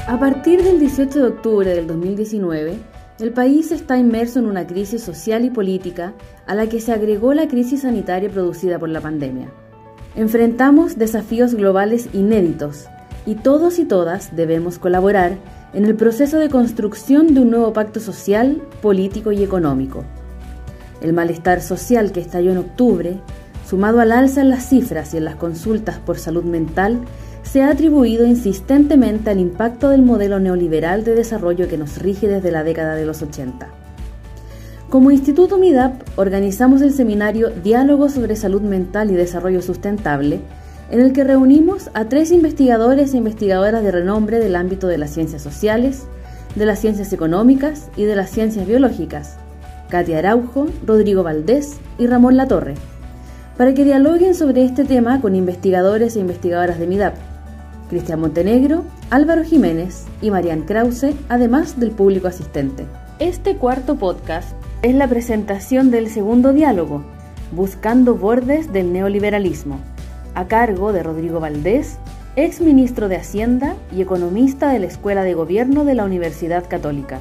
A partir del 18 de octubre del 2019, el país está inmerso en una crisis social y política a la que se agregó la crisis sanitaria producida por la pandemia. Enfrentamos desafíos globales inéditos y todos y todas debemos colaborar en el proceso de construcción de un nuevo pacto social, político y económico. El malestar social que estalló en octubre, sumado al alza en las cifras y en las consultas por salud mental, se ha atribuido insistentemente al impacto del modelo neoliberal de desarrollo que nos rige desde la década de los 80. Como Instituto MIDAP organizamos el seminario Diálogo sobre Salud Mental y Desarrollo Sustentable, en el que reunimos a 3 investigadores e investigadoras de renombre del ámbito de las ciencias sociales, de las ciencias económicas y de las ciencias biológicas, Katia Araujo, Rodrigo Valdés y Ramón Latorre, para que dialoguen sobre este tema con investigadores e investigadoras de MIDAP, Cristian Montenegro, Álvaro Jiménez y Marian Krause, además del público asistente. Este cuarto podcast es la presentación del segundo diálogo, Buscando bordes del neoliberalismo, a cargo de Rodrigo Valdés, ex ministro de Hacienda y economista de la Escuela de Gobierno de la Universidad Católica.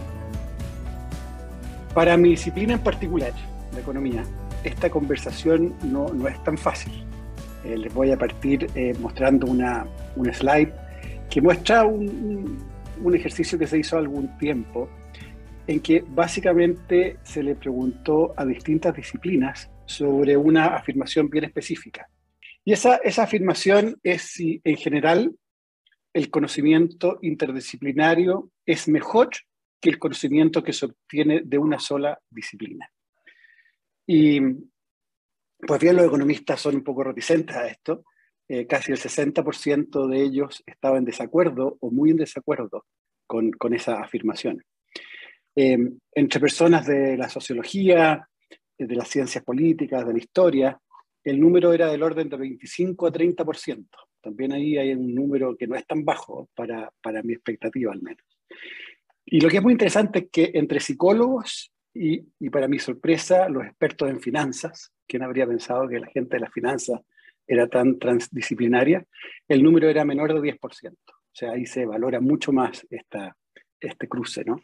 Para mi disciplina en particular, la economía, esta conversación no es tan fácil. Les voy a partir mostrando un slide que muestra un ejercicio que se hizo algún tiempo, en que básicamente se le preguntó a distintas disciplinas sobre una afirmación bien específica. Y esa afirmación es si en general el conocimiento interdisciplinario es mejor que el conocimiento que se obtiene de una sola disciplina. Y pues bien, los economistas son un poco reticentes a esto. Casi el 60% de ellos estaba en desacuerdo o muy en desacuerdo con esa afirmación. Entre personas de la sociología, de las ciencias políticas, de la historia, el número era del orden de 25 a 30%. También ahí hay un número que no es tan bajo para mi expectativa al menos. Y lo que es muy interesante es que entre psicólogos y para mi sorpresa, los expertos en finanzas, ¿quién habría pensado que la gente de las finanzas era tan transdisciplinaria? El número era menor de 10%. O sea, ahí se valora mucho más este cruce, ¿no?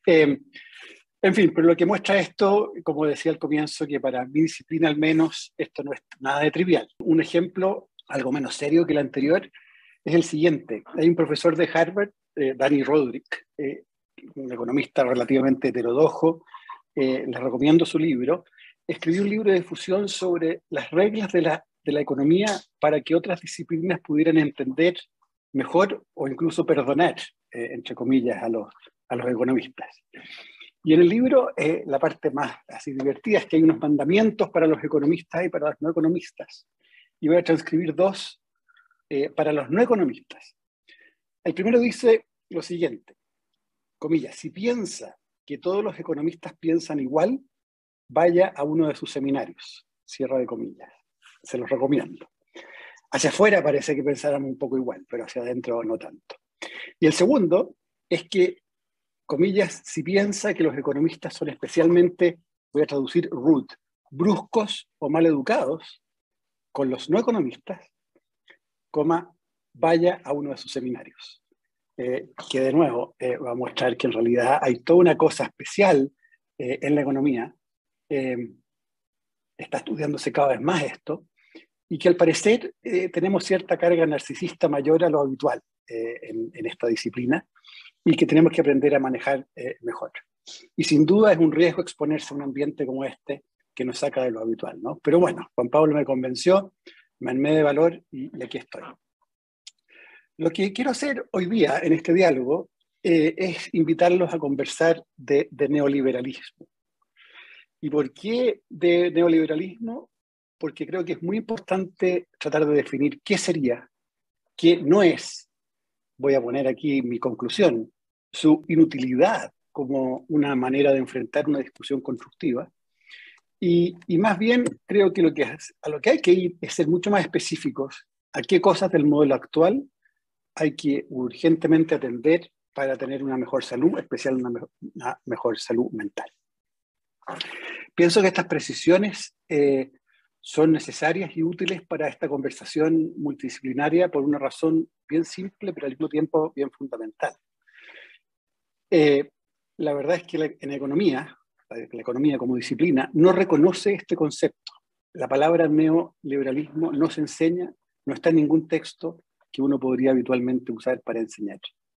En fin, pero lo que muestra esto, como decía al comienzo, que para mi disciplina al menos esto no es nada de trivial. Un ejemplo, algo menos serio que el anterior, es el siguiente. Hay un profesor de Harvard, Danny Roderick, un economista relativamente heterodoxo, les recomiendo su libro. Escribió un libro de difusión sobre las reglas de la economía para que otras disciplinas pudieran entender mejor o incluso perdonar, entre comillas, a los economistas. Y en el libro, la parte más así divertida es que hay unos mandamientos para los economistas y para los no economistas. Y voy a transcribir 2 para los no economistas. El primero dice lo siguiente, comillas, si piensa que todos los economistas piensan igual, vaya a uno de sus seminarios, cierra de comillas. Se los recomiendo. Hacia afuera parece que pensáramos un poco igual, pero hacia adentro no tanto. Y el segundo es que, comillas, si piensa que los economistas son especialmente, voy a traducir rude, bruscos o mal educados con los no economistas, vaya a uno de sus seminarios. Que de nuevo va a mostrar que en realidad hay toda una cosa especial en la economía. Está estudiándose cada vez más esto, y que al parecer tenemos cierta carga narcisista mayor a lo habitual en esta disciplina, y que tenemos que aprender a manejar mejor. Y sin duda es un riesgo exponerse a un ambiente como este que nos saca de lo habitual, ¿no? Pero bueno, Juan Pablo me convenció, me armé de valor y aquí estoy. Lo que quiero hacer hoy día en este diálogo es invitarlos a conversar de neoliberalismo. ¿Y por qué de neoliberalismo? Porque creo que es muy importante tratar de definir qué sería, qué no es, voy a poner aquí mi conclusión, su inutilidad como una manera de enfrentar una discusión constructiva. Y más bien creo que a lo que hay que ir es ser mucho más específicos a qué cosas del modelo actual hay que urgentemente atender para tener una mejor salud, especialmente una mejor salud mental. Pienso que estas precisiones son necesarias y útiles para esta conversación multidisciplinaria por una razón bien simple, pero al mismo tiempo bien fundamental. La verdad es que en economía, la economía como disciplina, no reconoce este concepto. La palabra neoliberalismo no se enseña, no está en ningún texto que uno podría habitualmente usar para enseñar.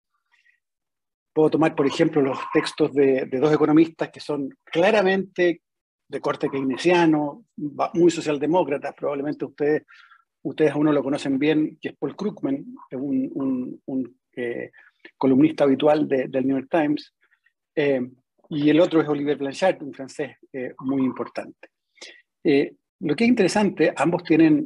Puedo tomar, por ejemplo, los textos de dos economistas que son claramente de corte keynesiano, muy socialdemócratas. Probablemente ustedes a uno lo conocen bien, que es Paul Krugman, un columnista habitual del New York Times, y el otro es Olivier Blanchard, un francés muy importante. Lo que es interesante, ambos tienen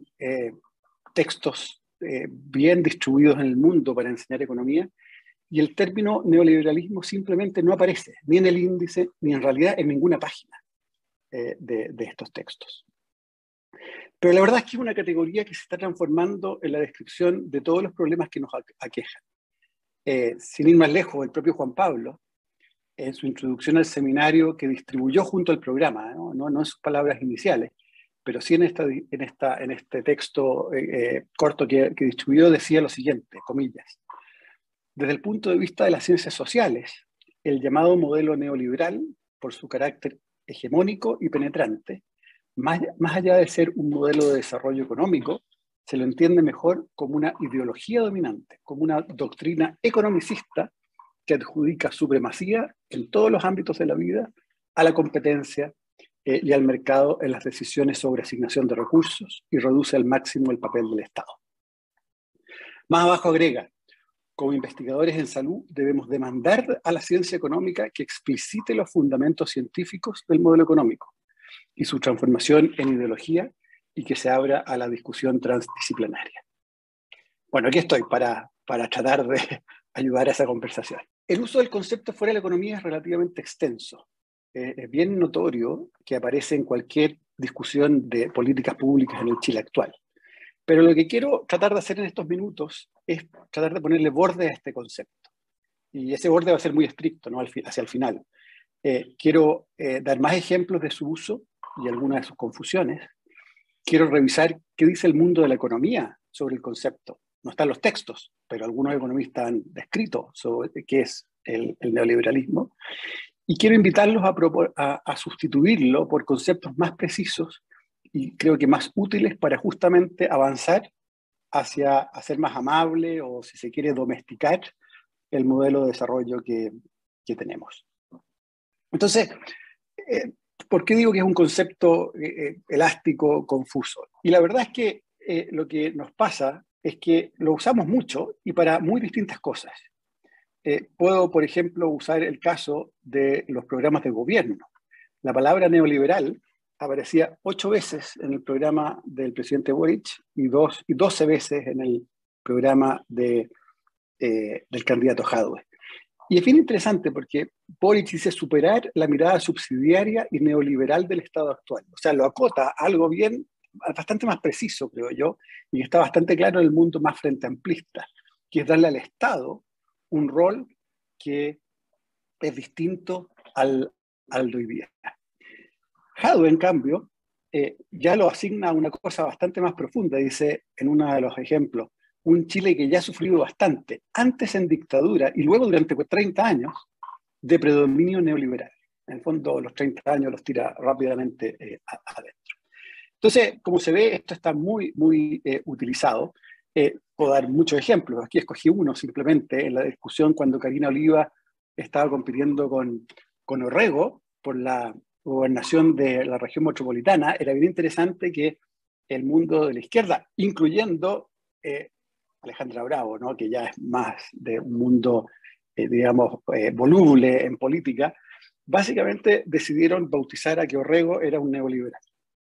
textos bien distribuidos en el mundo para enseñar economía, y el término neoliberalismo simplemente no aparece, ni en el índice, ni en realidad en ninguna página de estos textos. Pero la verdad es que es una categoría que se está transformando en la descripción de todos los problemas que nos aquejan. Sin ir más lejos, el propio Juan Pablo, en su introducción al seminario que distribuyó junto al programa, no en sus palabras iniciales, pero sí en este texto corto que distribuyó, decía lo siguiente, comillas: desde el punto de vista de las ciencias sociales, el llamado modelo neoliberal, por su carácter hegemónico y penetrante, más allá de ser un modelo de desarrollo económico, se lo entiende mejor como una ideología dominante, como una doctrina economicista que adjudica supremacía en todos los ámbitos de la vida a la competencia y al mercado en las decisiones sobre asignación de recursos y reduce al máximo el papel del Estado. Más abajo agrega: como investigadores en salud debemos demandar a la ciencia económica que explicite los fundamentos científicos del modelo económico y su transformación en ideología, y que se abra a la discusión transdisciplinaria. Bueno, aquí estoy para tratar de ayudar a esa conversación. El uso del concepto fuera de la economía es relativamente extenso. Es bien notorio que aparece en cualquier discusión de políticas públicas en el Chile actual. Pero lo que quiero tratar de hacer en estos minutos es tratar de ponerle borde a este concepto. Y ese borde va a ser muy estricto, ¿no? Hacia el final. Quiero dar más ejemplos de su uso y algunas de sus confusiones. Quiero revisar qué dice el mundo de la economía sobre el concepto. No están los textos, pero algunos economistas han descrito sobre qué es el neoliberalismo. Y quiero invitarlos a sustituirlo por conceptos más precisos y creo que más útiles para justamente avanzar hacia hacer más amable, o si se quiere domesticar, el modelo de desarrollo que tenemos. Entonces, ¿por qué digo que es un concepto elástico, confuso? Y la verdad es que lo que nos pasa es que lo usamos mucho y para muy distintas cosas. Puedo, por ejemplo, usar el caso de los programas de gobierno. La palabra neoliberal aparecía 8 veces en el programa del presidente Boric y 12 veces en el programa del candidato Jadwe. Y es bien interesante porque Boric dice superar la mirada subsidiaria y neoliberal del Estado actual. O sea, lo acota a algo bastante más preciso, creo yo, y está bastante claro en el mundo más frente amplista, que es darle al Estado un rol que es distinto al de hoy día. Jadwe, en cambio, ya lo asigna a una cosa bastante más profunda. Dice en uno de los ejemplos: un Chile que ya ha sufrido bastante, antes en dictadura y luego durante 30 años de predominio neoliberal. En el fondo, los 30 años los tira rápidamente adentro. Entonces, como se ve, esto está muy utilizado. Puedo dar muchos ejemplos. Aquí escogí uno simplemente en la discusión cuando Karina Oliva estaba compitiendo con Orrego por la gobernación de la región metropolitana. Era bien interesante que el mundo de la izquierda, incluyendo Alejandra Bravo, ¿no? Que ya es más de un mundo, digamos, voluble en política, básicamente decidieron bautizar a que Orrego era un neoliberal.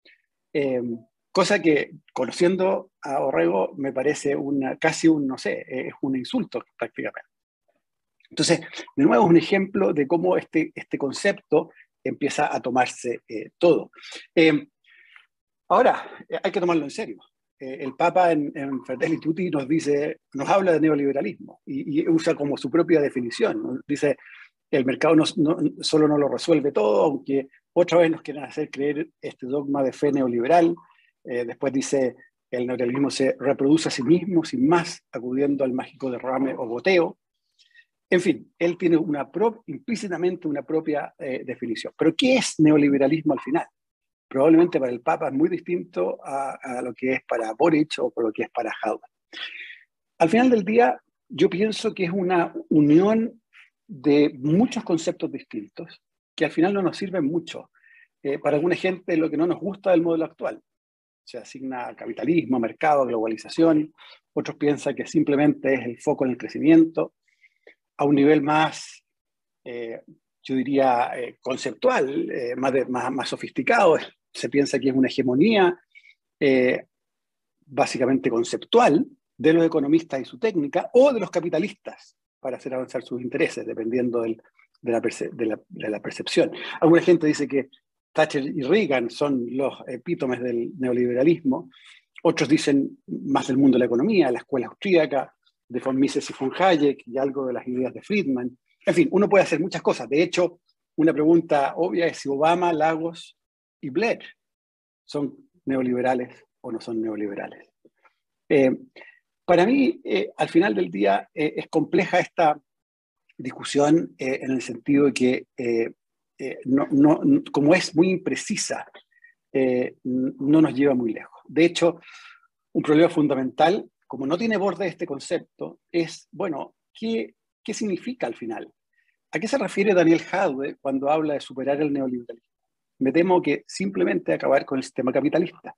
Cosa que, conociendo a Orrego, me parece casi no sé, es un insulto prácticamente. Entonces, de nuevo, es un ejemplo de cómo este concepto empieza a tomarse todo. Ahora, hay que tomarlo en serio. El Papa en Fratelli Tutti nos habla de neoliberalismo y usa como su propia definición, ¿no? Dice: el mercado solo no lo resuelve todo, aunque otra vez nos quieren hacer creer este dogma de fe neoliberal. Después dice: el neoliberalismo se reproduce a sí mismo sin más, acudiendo al mágico derrame o goteo. En fin, él tiene implícitamente una propia definición. Pero ¿qué es neoliberalismo al final? Probablemente para el Papa es muy distinto a lo que es para Boric o por lo que es para Jadwe. Al final del día, yo pienso que es una unión de muchos conceptos distintos que al final no nos sirven mucho. Para alguna gente lo que no nos gusta del modelo actual se asigna capitalismo, mercado, globalización. Otros piensan que simplemente es el foco en el crecimiento. A un nivel más, yo diría, conceptual, más sofisticado, se piensa que es una hegemonía básicamente conceptual de los economistas y su técnica, o de los capitalistas para hacer avanzar sus intereses, dependiendo de la percepción. Alguna gente dice que Thatcher y Reagan son los epítomes del neoliberalismo. Otros dicen más del mundo de la economía, la escuela austríaca, de von Mises y von Hayek, y algo de las ideas de Friedman. En fin, uno puede hacer muchas cosas. De hecho, una pregunta obvia es si Obama, Lagos y Blair son neoliberales o no son neoliberales. Para mí, al final del día, es compleja esta discusión en el sentido de que como es muy imprecisa, no nos lleva muy lejos. De hecho, un problema fundamental, como no tiene borde este concepto, es, bueno, ¿qué significa al final? ¿A qué se refiere Daniel Jadwe cuando habla de superar el neoliberalismo? Me temo que simplemente acabar con el sistema capitalista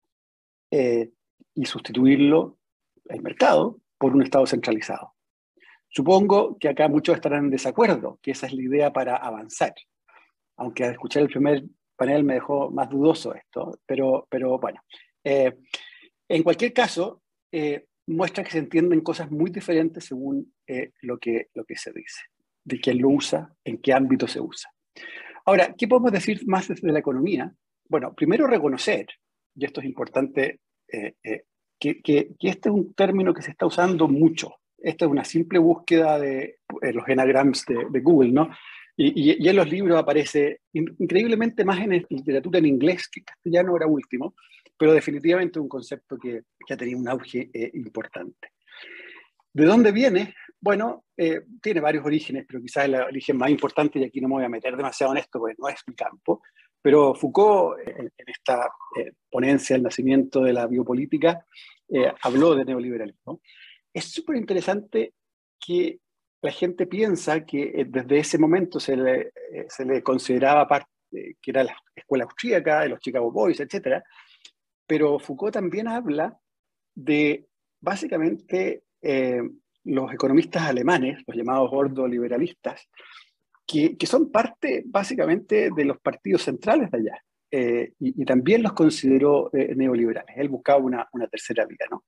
y sustituirlo, el mercado, por un Estado centralizado. Supongo que acá muchos estarán en desacuerdo, que esa es la idea para avanzar. Aunque al escuchar el primer panel me dejó más dudoso esto, pero bueno. En cualquier caso, muestra que se entienden cosas muy diferentes según lo que se dice, de quién lo usa, en qué ámbito se usa. Ahora, ¿qué podemos decir más desde la economía? Bueno, primero reconocer, y esto es importante, que este es un término que se está usando mucho. Esta es una simple búsqueda de los enagrams de Google, ¿no? Y en los libros aparece increíblemente más en literatura en inglés que en castellano ahora último, pero definitivamente un concepto que ha tenido un auge importante. ¿De dónde viene? Bueno, tiene varios orígenes, pero quizás el origen más importante, y aquí no me voy a meter demasiado en esto porque no es mi campo, pero Foucault, en esta ponencia del nacimiento de la biopolítica, habló de neoliberalismo. Es súper interesante que la gente piensa que desde ese momento se le consideraba parte, que era la escuela austríaca, de los Chicago Boys, etc. Pero Foucault también habla de, básicamente, los economistas alemanes, los llamados ordoliberalistas, que son parte, básicamente, de los partidos centrales de allá. Y también los consideró neoliberales. Él buscaba una tercera vía, ¿no?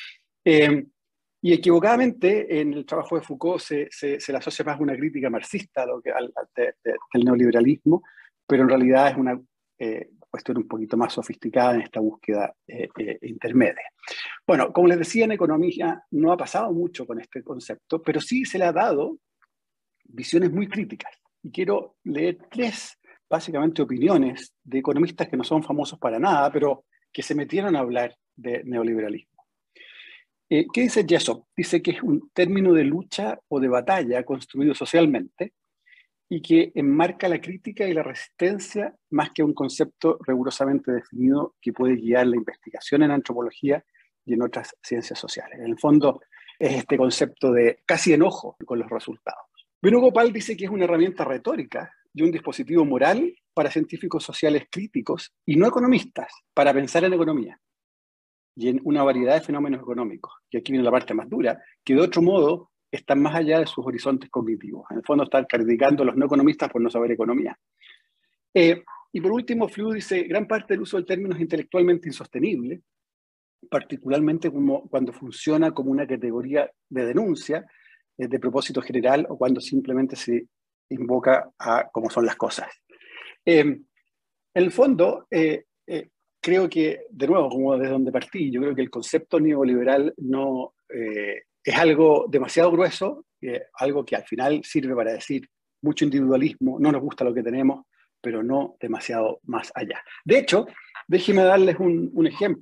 Y equivocadamente, en el trabajo de Foucault se le asocia más una crítica marxista del neoliberalismo, pero en realidad es una cuestión un poquito más sofisticada en esta búsqueda intermedia. Bueno, como les decía, en economía no ha pasado mucho con este concepto, pero sí se le ha dado visiones muy críticas. Y quiero leer tres, básicamente, opiniones de economistas que no son famosos para nada, pero que se metieron a hablar de neoliberalismo. ¿Qué dice Jessop? Dice que es un término de lucha o de batalla construido socialmente y que enmarca la crítica y la resistencia más que un concepto rigurosamente definido que puede guiar la investigación en antropología y en otras ciencias sociales. En el fondo es este concepto de casi enojo con los resultados. Venugopal dice que es una herramienta retórica y un dispositivo moral para científicos sociales críticos y no economistas para pensar en economía y en una variedad de fenómenos económicos. Y aquí viene la parte más dura, que de otro modo están más allá de sus horizontes cognitivos. En el fondo están criticando a los no economistas por no saber economía. Y por último, Flew dice, gran parte del uso del término es intelectualmente insostenible, particularmente cuando funciona como una categoría de denuncia, de propósito general, o cuando simplemente se invoca a cómo son las cosas. En el fondo, creo que, de nuevo, como desde donde partí, yo creo que el concepto neoliberal no es algo demasiado grueso, algo que al final sirve para decir mucho individualismo, no nos gusta lo que tenemos, pero no demasiado más allá. De hecho, déjenme darles un ejemplo.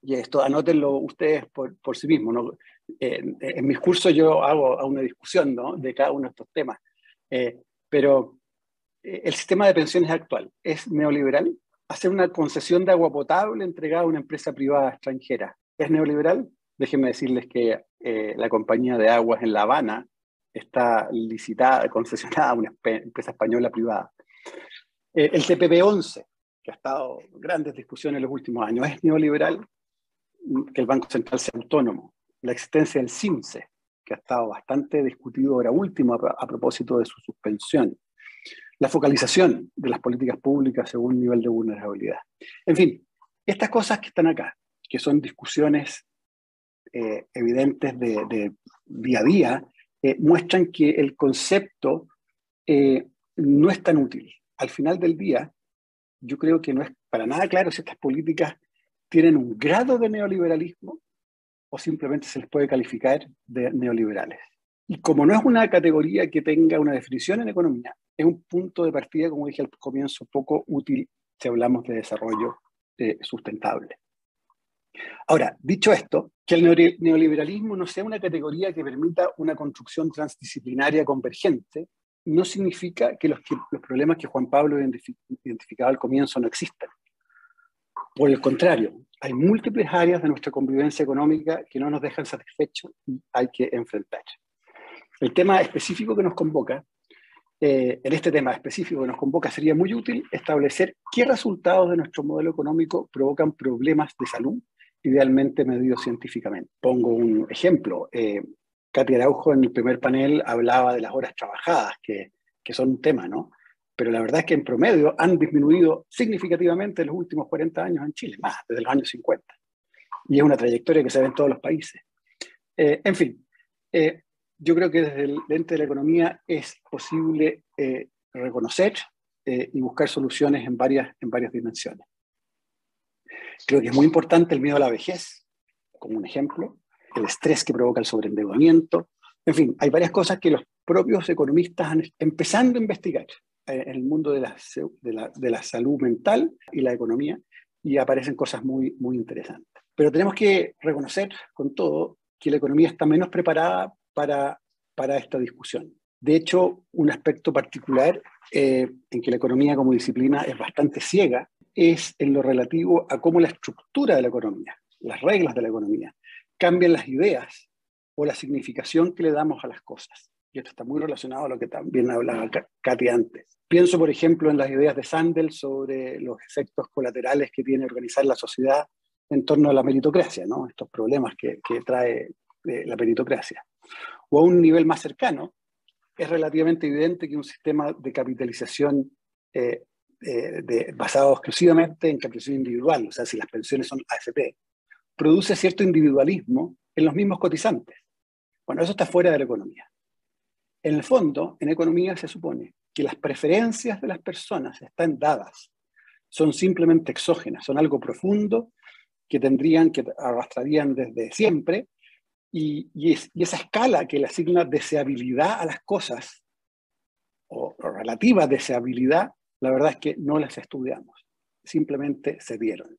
y esto anótenlo ustedes por sí mismos, ¿no? En mis cursos yo hago una discusión, ¿no?, de cada uno de estos temas, pero el sistema de pensiones actual es neoliberal. Hacer una concesión de agua potable entregada a una empresa privada extranjera, ¿es neoliberal? Déjenme decirles que la compañía de aguas en La Habana está licitada, concesionada a una empresa española privada. El TPP-11, que ha estado en grandes discusiones en los últimos años, ¿es neoliberal? Que el Banco Central sea autónomo. La existencia del CIMSE, que ha estado bastante discutido ahora último a propósito de su suspensión. La focalización de las políticas públicas según nivel de vulnerabilidad. En fin, estas cosas que están acá, que son discusiones evidentes de día a día, muestran que el concepto no es tan útil. Al final del día, yo creo que no es para nada claro si estas políticas tienen un grado de neoliberalismo o simplemente se les puede calificar de neoliberales. Y como no es una categoría que tenga una definición en economía, es un punto de partida, como dije al comienzo, poco útil si hablamos de desarrollo sustentable. Ahora, dicho esto, que el neoliberalismo no sea una categoría que permita una construcción transdisciplinaria convergente, no significa que los problemas que Juan Pablo identificaba al comienzo no existan. Por el contrario, hay múltiples áreas de nuestra convivencia económica que no nos dejan satisfechos y hay que enfrentar. El tema específico que nos convoca, en este tema específico que nos convoca, sería muy útil establecer qué resultados de nuestro modelo económico provocan problemas de salud, idealmente medidos científicamente. Pongo un ejemplo. Katy Araujo en el primer panel hablaba de las horas trabajadas, que son un tema, ¿no? Pero la verdad es que en promedio han disminuido significativamente en los últimos 40 años en Chile, más desde los años 50. Y es una trayectoria que se ve en todos los países. En fin, yo creo que desde el lente de la economía es posible reconocer y buscar soluciones en varias dimensiones. Creo que es muy importante el miedo a la vejez, como un ejemplo, el estrés que provoca el sobreendeudamiento. En fin, hay varias cosas que los propios economistas han empezando a investigar en el mundo de la salud mental y la economía, y aparecen cosas muy, muy interesantes. Pero tenemos que reconocer con todo que la economía está menos preparada para esta discusión. De hecho, un aspecto particular en que la economía como disciplina es bastante ciega es en lo relativo a cómo la estructura de la economía, las reglas de la economía, cambian las ideas o la significación que le damos a las cosas. Y esto está muy relacionado a lo que también hablaba Katy antes. Pienso, por ejemplo, en las ideas de Sandel sobre los efectos colaterales que tiene organizar la sociedad en torno a la meritocracia, ¿no? Estos problemas que trae la meritocracia. O a un nivel más cercano, es relativamente evidente que un sistema de capitalización basado exclusivamente en capitalización individual, o sea, si las pensiones son AFP, produce cierto individualismo en los mismos cotizantes. Bueno, eso está fuera de la economía. En el fondo, en economía se supone que las preferencias de las personas están dadas, son simplemente exógenas, son algo profundo que arrastrarían desde siempre, y esa escala que le asigna deseabilidad a las cosas, o relativa deseabilidad, la verdad es que no las estudiamos, simplemente se dieron.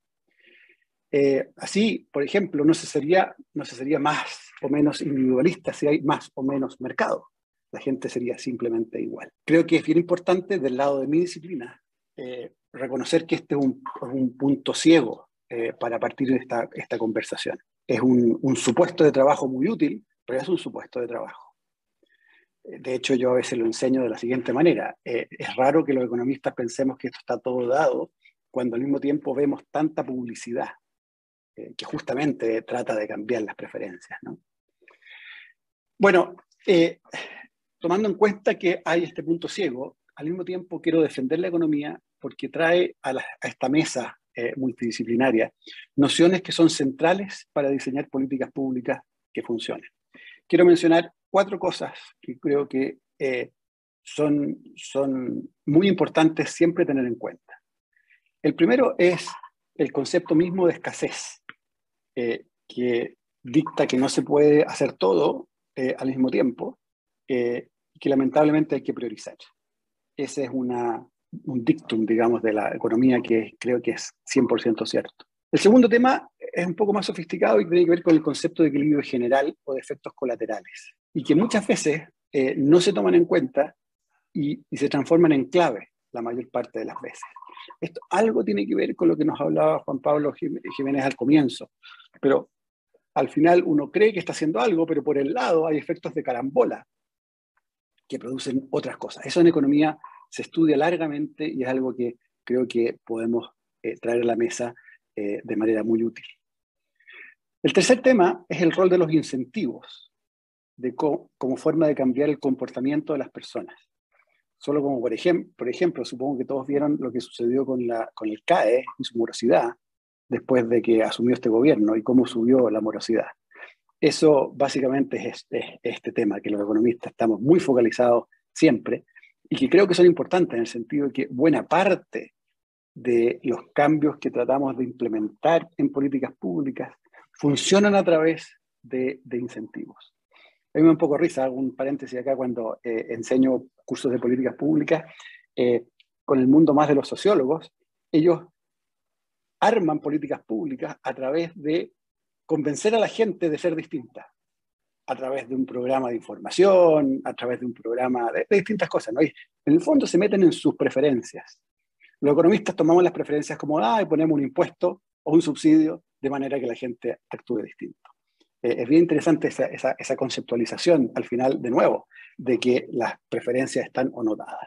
Así, por ejemplo, no se sería más o menos individualista si hay más o menos mercado. La gente sería simplemente igual. Creo que es bien importante del lado de mi disciplina reconocer que este es un punto ciego para partir de esta conversación. Es un supuesto de trabajo muy útil, pero es un supuesto de trabajo. De hecho, yo a veces lo enseño de la siguiente manera. Es raro que los economistas pensemos que esto está todo dado cuando al mismo tiempo vemos tanta publicidad que justamente trata de cambiar las preferencias, ¿no? Bueno, tomando en cuenta que hay este punto ciego, al mismo tiempo quiero defender la economía porque trae a esta mesa multidisciplinaria nociones que son centrales para diseñar políticas públicas que funcionen. Quiero mencionar 4 cosas que creo que son muy importantes siempre tener en cuenta. El primero es el concepto mismo de escasez, que dicta que no se puede hacer todo al mismo tiempo, que lamentablemente hay que priorizar. Ese es un dictum, digamos, de la economía que creo que es 100% cierto. El segundo tema es un poco más sofisticado y tiene que ver con el concepto de equilibrio general o de efectos colaterales, y que muchas veces no se toman en cuenta y se transforman en clave la mayor parte de las veces. Esto algo tiene que ver con lo que nos hablaba Juan Pablo Jiménez al comienzo, pero al final uno cree que está haciendo algo, pero por el lado hay efectos de carambola que producen otras cosas. Eso en economía se estudia largamente y es algo que creo que podemos traer a la mesa de manera muy útil. El tercer tema es el rol de los incentivos como forma de cambiar el comportamiento de las personas. Solo como por ejemplo, supongo que todos vieron lo que sucedió con el CAE y su morosidad después de que asumió este gobierno y cómo subió la morosidad. Eso básicamente es este tema que los economistas estamos muy focalizados siempre y que creo que son importantes en el sentido de que buena parte de los cambios que tratamos de implementar en políticas públicas funcionan a través de incentivos. A mí me da un poco risa, hago un paréntesis acá cuando enseño cursos de políticas públicas con el mundo más de los sociólogos. Ellos arman políticas públicas a través de convencer a la gente de ser distinta, a través de un programa de información, a través de un programa de distintas cosas, ¿no? Y en el fondo se meten en sus preferencias. Los economistas tomamos las preferencias como, y ponemos un impuesto o un subsidio de manera que la gente actúe distinto. Es bien interesante esa conceptualización al final, de nuevo, de que las preferencias están o no dadas.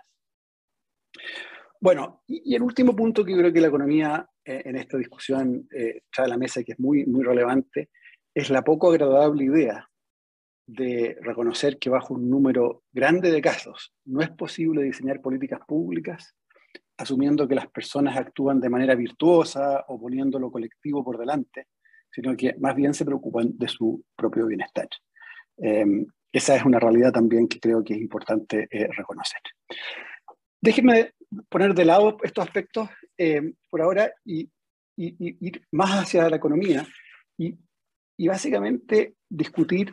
Bueno, y el último punto que yo creo que la economía en esta discusión trae a la mesa y que es muy, muy relevante, es la poco agradable idea de reconocer que bajo un número grande de casos no es posible diseñar políticas públicas asumiendo que las personas actúan de manera virtuosa o poniendo lo colectivo por delante, sino que más bien se preocupan de su propio bienestar. Esa es una realidad también que creo que es importante reconocer. Déjenme poner de lado estos aspectos por ahora y ir más hacia la economía y básicamente discutir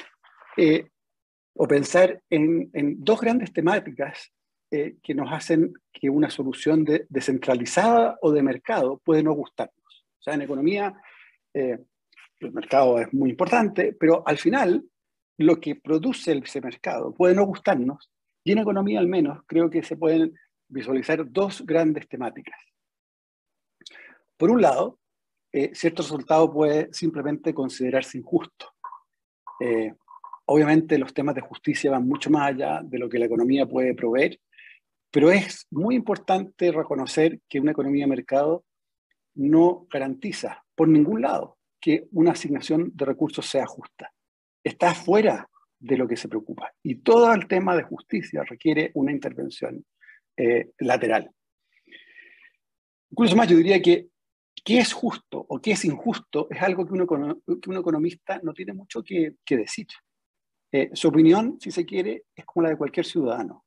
o pensar en dos grandes temáticas que nos hacen que una solución descentralizada o de mercado puede no gustarnos. O sea, en economía el mercado es muy importante, pero al final lo que produce ese mercado puede no gustarnos, y en economía al menos creo que se pueden visualizar dos grandes temáticas. Por un lado, cierto resultado puede simplemente considerarse injusto. Obviamente los temas de justicia van mucho más allá de lo que la economía puede proveer, pero es muy importante reconocer que una economía de mercado no garantiza por ningún lado que una asignación de recursos sea justa. Está fuera de lo que se preocupa. Y todo el tema de justicia requiere una intervención lateral. Incluso más, yo diría que qué es justo o qué es injusto es algo que un economista no tiene mucho que decir. Su opinión, si se quiere, es como la de cualquier ciudadano.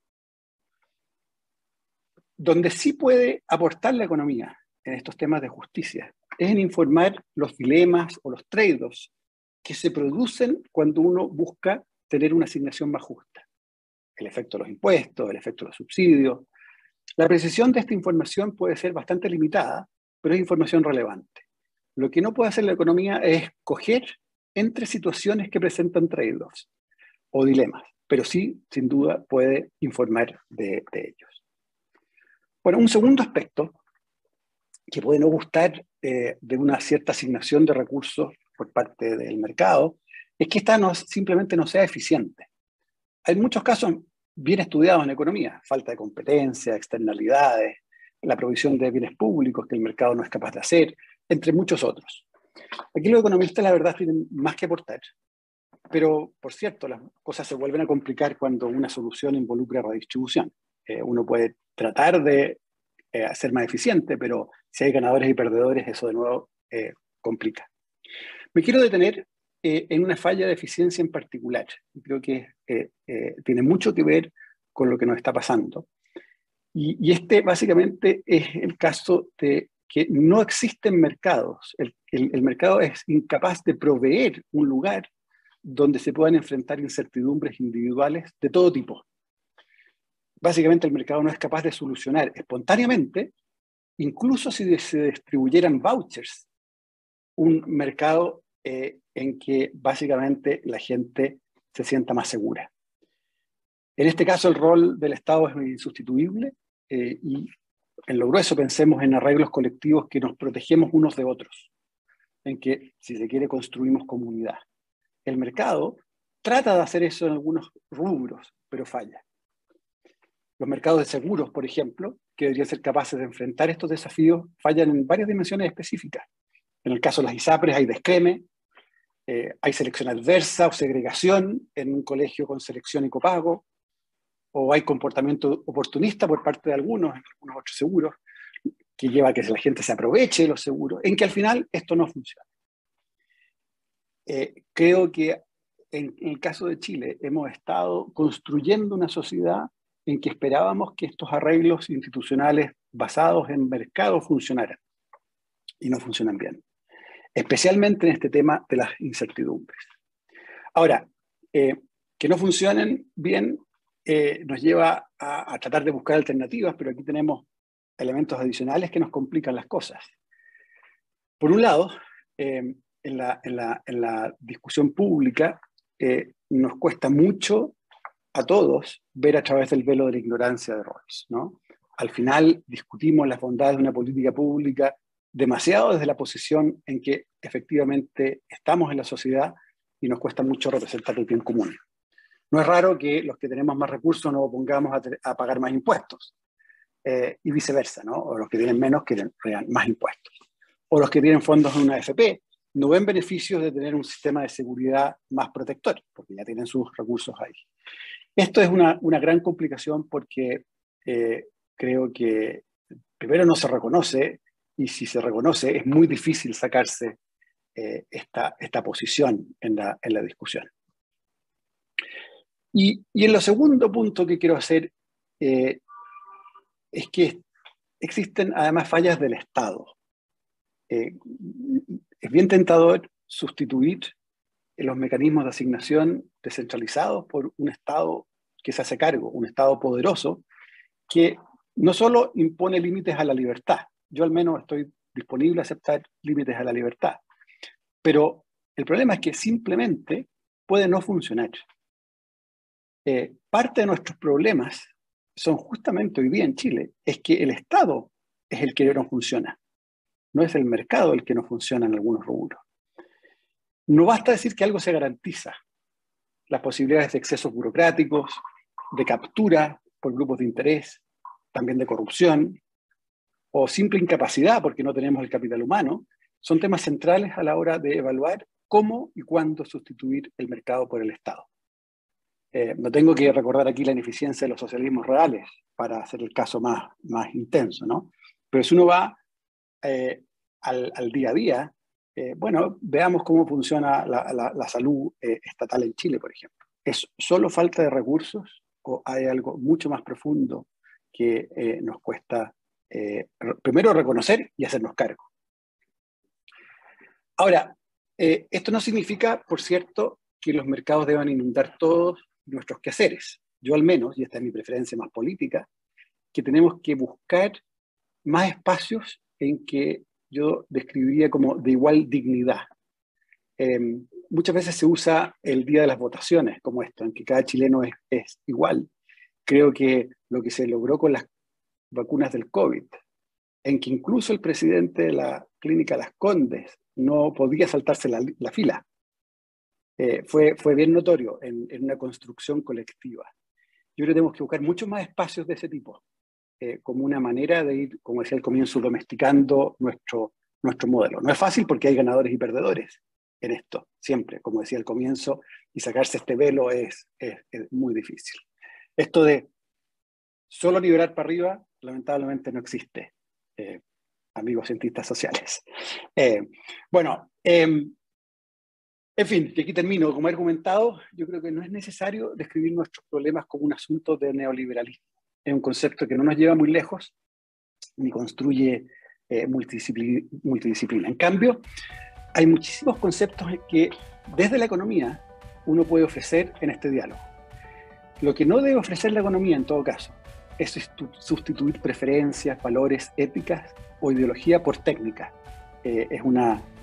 Donde sí puede aportar la economía en estos temas de justicia es en informar los dilemas o los trade-offs que se producen cuando uno busca tener una asignación más justa. El efecto de los impuestos, el efecto de los subsidios. La precisión de esta información puede ser bastante limitada, pero es información relevante. Lo que no puede hacer la economía es escoger entre situaciones que presentan trade-offs o dilemas, pero sí, sin duda, puede informar de ellos. Bueno, un segundo aspecto que puede no gustar de una cierta asignación de recursos por parte del mercado es que esta simplemente no sea eficiente. Hay muchos casos bien estudiados en economía: falta de competencia, externalidades, la provisión de bienes públicos que el mercado no es capaz de hacer, entre muchos otros. Aquí los economistas, la verdad, tienen más que aportar. Pero, por cierto, las cosas se vuelven a complicar cuando una solución involucra redistribución. Uno puede tratar de ser más eficiente, pero si hay ganadores y perdedores, eso de nuevo complica. Me quiero detener en una falla de eficiencia en particular. Creo que tiene mucho que ver con lo que nos está pasando. Y este básicamente es el caso de que no existen mercados. El mercado es incapaz de proveer un lugar donde se puedan enfrentar incertidumbres individuales de todo tipo. Básicamente el mercado no es capaz de solucionar espontáneamente, incluso si se distribuyeran vouchers un mercado en que básicamente la gente se sienta más segura. En este caso el rol del Estado es insustituible y en lo grueso pensemos en arreglos colectivos que nos protegemos unos de otros, en que, si se quiere, construimos comunidad. El mercado trata de hacer eso en algunos rubros, pero falla. Los mercados de seguros, por ejemplo, que deberían ser capaces de enfrentar estos desafíos, fallan en varias dimensiones específicas. En el caso de las ISAPRES hay descreme, hay selección adversa o segregación en un colegio con selección y copago, o hay comportamiento oportunista por parte de algunos, en algunos otros seguros, que lleva a que la gente se aproveche de los seguros, en que al final esto no funciona. Creo que en el caso de Chile hemos estado construyendo una sociedad en que esperábamos que estos arreglos institucionales basados en mercado funcionaran, y no funcionan bien, especialmente en este tema de las incertidumbres. Ahora, que no funcionen bien nos lleva a tratar de buscar alternativas, pero aquí tenemos elementos adicionales que nos complican las cosas. Por un lado, en la discusión pública nos cuesta mucho a todos ver a través del velo de la ignorancia de Rawls, ¿no? Al final discutimos las bondades de una política pública demasiado desde la posición en que efectivamente estamos en la sociedad y nos cuesta mucho representar el bien común. No es raro que los que tenemos más recursos nos opongamos a pagar más impuestos y viceversa, ¿no? O los que tienen menos quieren más impuestos. O los que tienen fondos en una AFP no ven beneficios de tener un sistema de seguridad más protector, porque ya tienen sus recursos ahí. Esto es una gran complicación porque creo que primero no se reconoce, y si se reconoce es muy difícil sacarse esta posición en la discusión. Y en lo segundo punto que quiero hacer es que existen además fallas del Estado. Es bien tentador sustituir los mecanismos de asignación descentralizados por un Estado que se hace cargo, un Estado poderoso que no solo impone límites a la libertad, yo al menos estoy disponible a aceptar límites a la libertad, pero el problema es que simplemente puede no funcionar. Parte de nuestros problemas son justamente hoy día en Chile, es que el Estado es el que no funciona, no es el mercado el que no funciona en algunos rubros. No basta decir que algo se garantiza. Las posibilidades de excesos burocráticos, de captura por grupos de interés, también de corrupción, o simple incapacidad porque no tenemos el capital humano, son temas centrales a la hora de evaluar cómo y cuándo sustituir el mercado por el Estado. No tengo que recordar aquí la ineficiencia de los socialismos reales para hacer el caso más intenso, ¿no? Pero si uno va al día a día, bueno, veamos cómo funciona la salud estatal en Chile, por ejemplo. ¿Es solo falta de recursos o hay algo mucho más profundo que nos cuesta primero reconocer y hacernos cargo? Ahora, esto no significa, por cierto, que los mercados deban inundar todos nuestros quehaceres. Yo al menos, y esta es mi preferencia más política, que tenemos que buscar más espacios en que yo describiría como de igual dignidad. Muchas veces se usa el día de las votaciones como esto, en que cada chileno es igual. Creo que lo que se logró con las vacunas del COVID, en que incluso el presidente de la clínica Las Condes no podía saltarse la fila, fue bien notorio en una construcción colectiva. Yo creo que tenemos que buscar muchos más espacios de ese tipo, como una manera de ir, como decía al comienzo, domesticando nuestro modelo. No es fácil porque hay ganadores y perdedores en esto, siempre, como decía al comienzo, y sacarse este velo es muy difícil. Esto de solo liberar para arriba, lamentablemente no existe, amigos cientistas sociales. Bueno, en fin, que aquí termino. Como he argumentado, yo creo que no es necesario describir nuestros problemas como un asunto de neoliberalismo. Es un concepto que no nos lleva muy lejos, ni construye multidisciplina. En cambio, hay muchísimos conceptos que desde la economía uno puede ofrecer en este diálogo. Lo que no debe ofrecer la economía, en todo caso, es sustituir preferencias, valores, éticas o ideología por técnica. Es una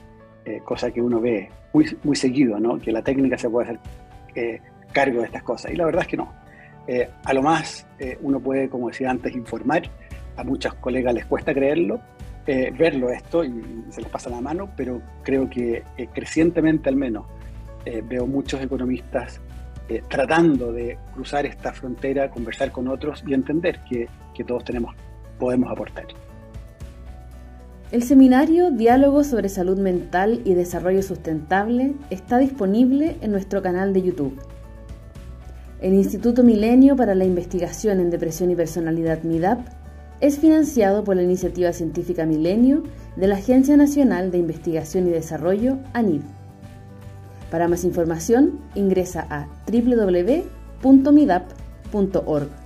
cosa que uno ve muy, muy seguido, ¿no? Que la técnica se puede hacer cargo de estas cosas. Y la verdad es que no. A lo más uno puede, como decía antes, informar. A muchos colegas les cuesta creerlo, verlo esto y se les pasa la mano, pero creo que crecientemente al menos veo muchos economistas tratando de cruzar esta frontera, conversar con otros y entender que todos podemos aportar. El seminario Diálogos sobre Salud Mental y Desarrollo Sustentable está disponible en nuestro canal de YouTube. El Instituto Milenio para la Investigación en Depresión y Personalidad MIDAP es financiado por la Iniciativa Científica Milenio de la Agencia Nacional de Investigación y Desarrollo, ANID. Para más información, ingresa a www.midap.org.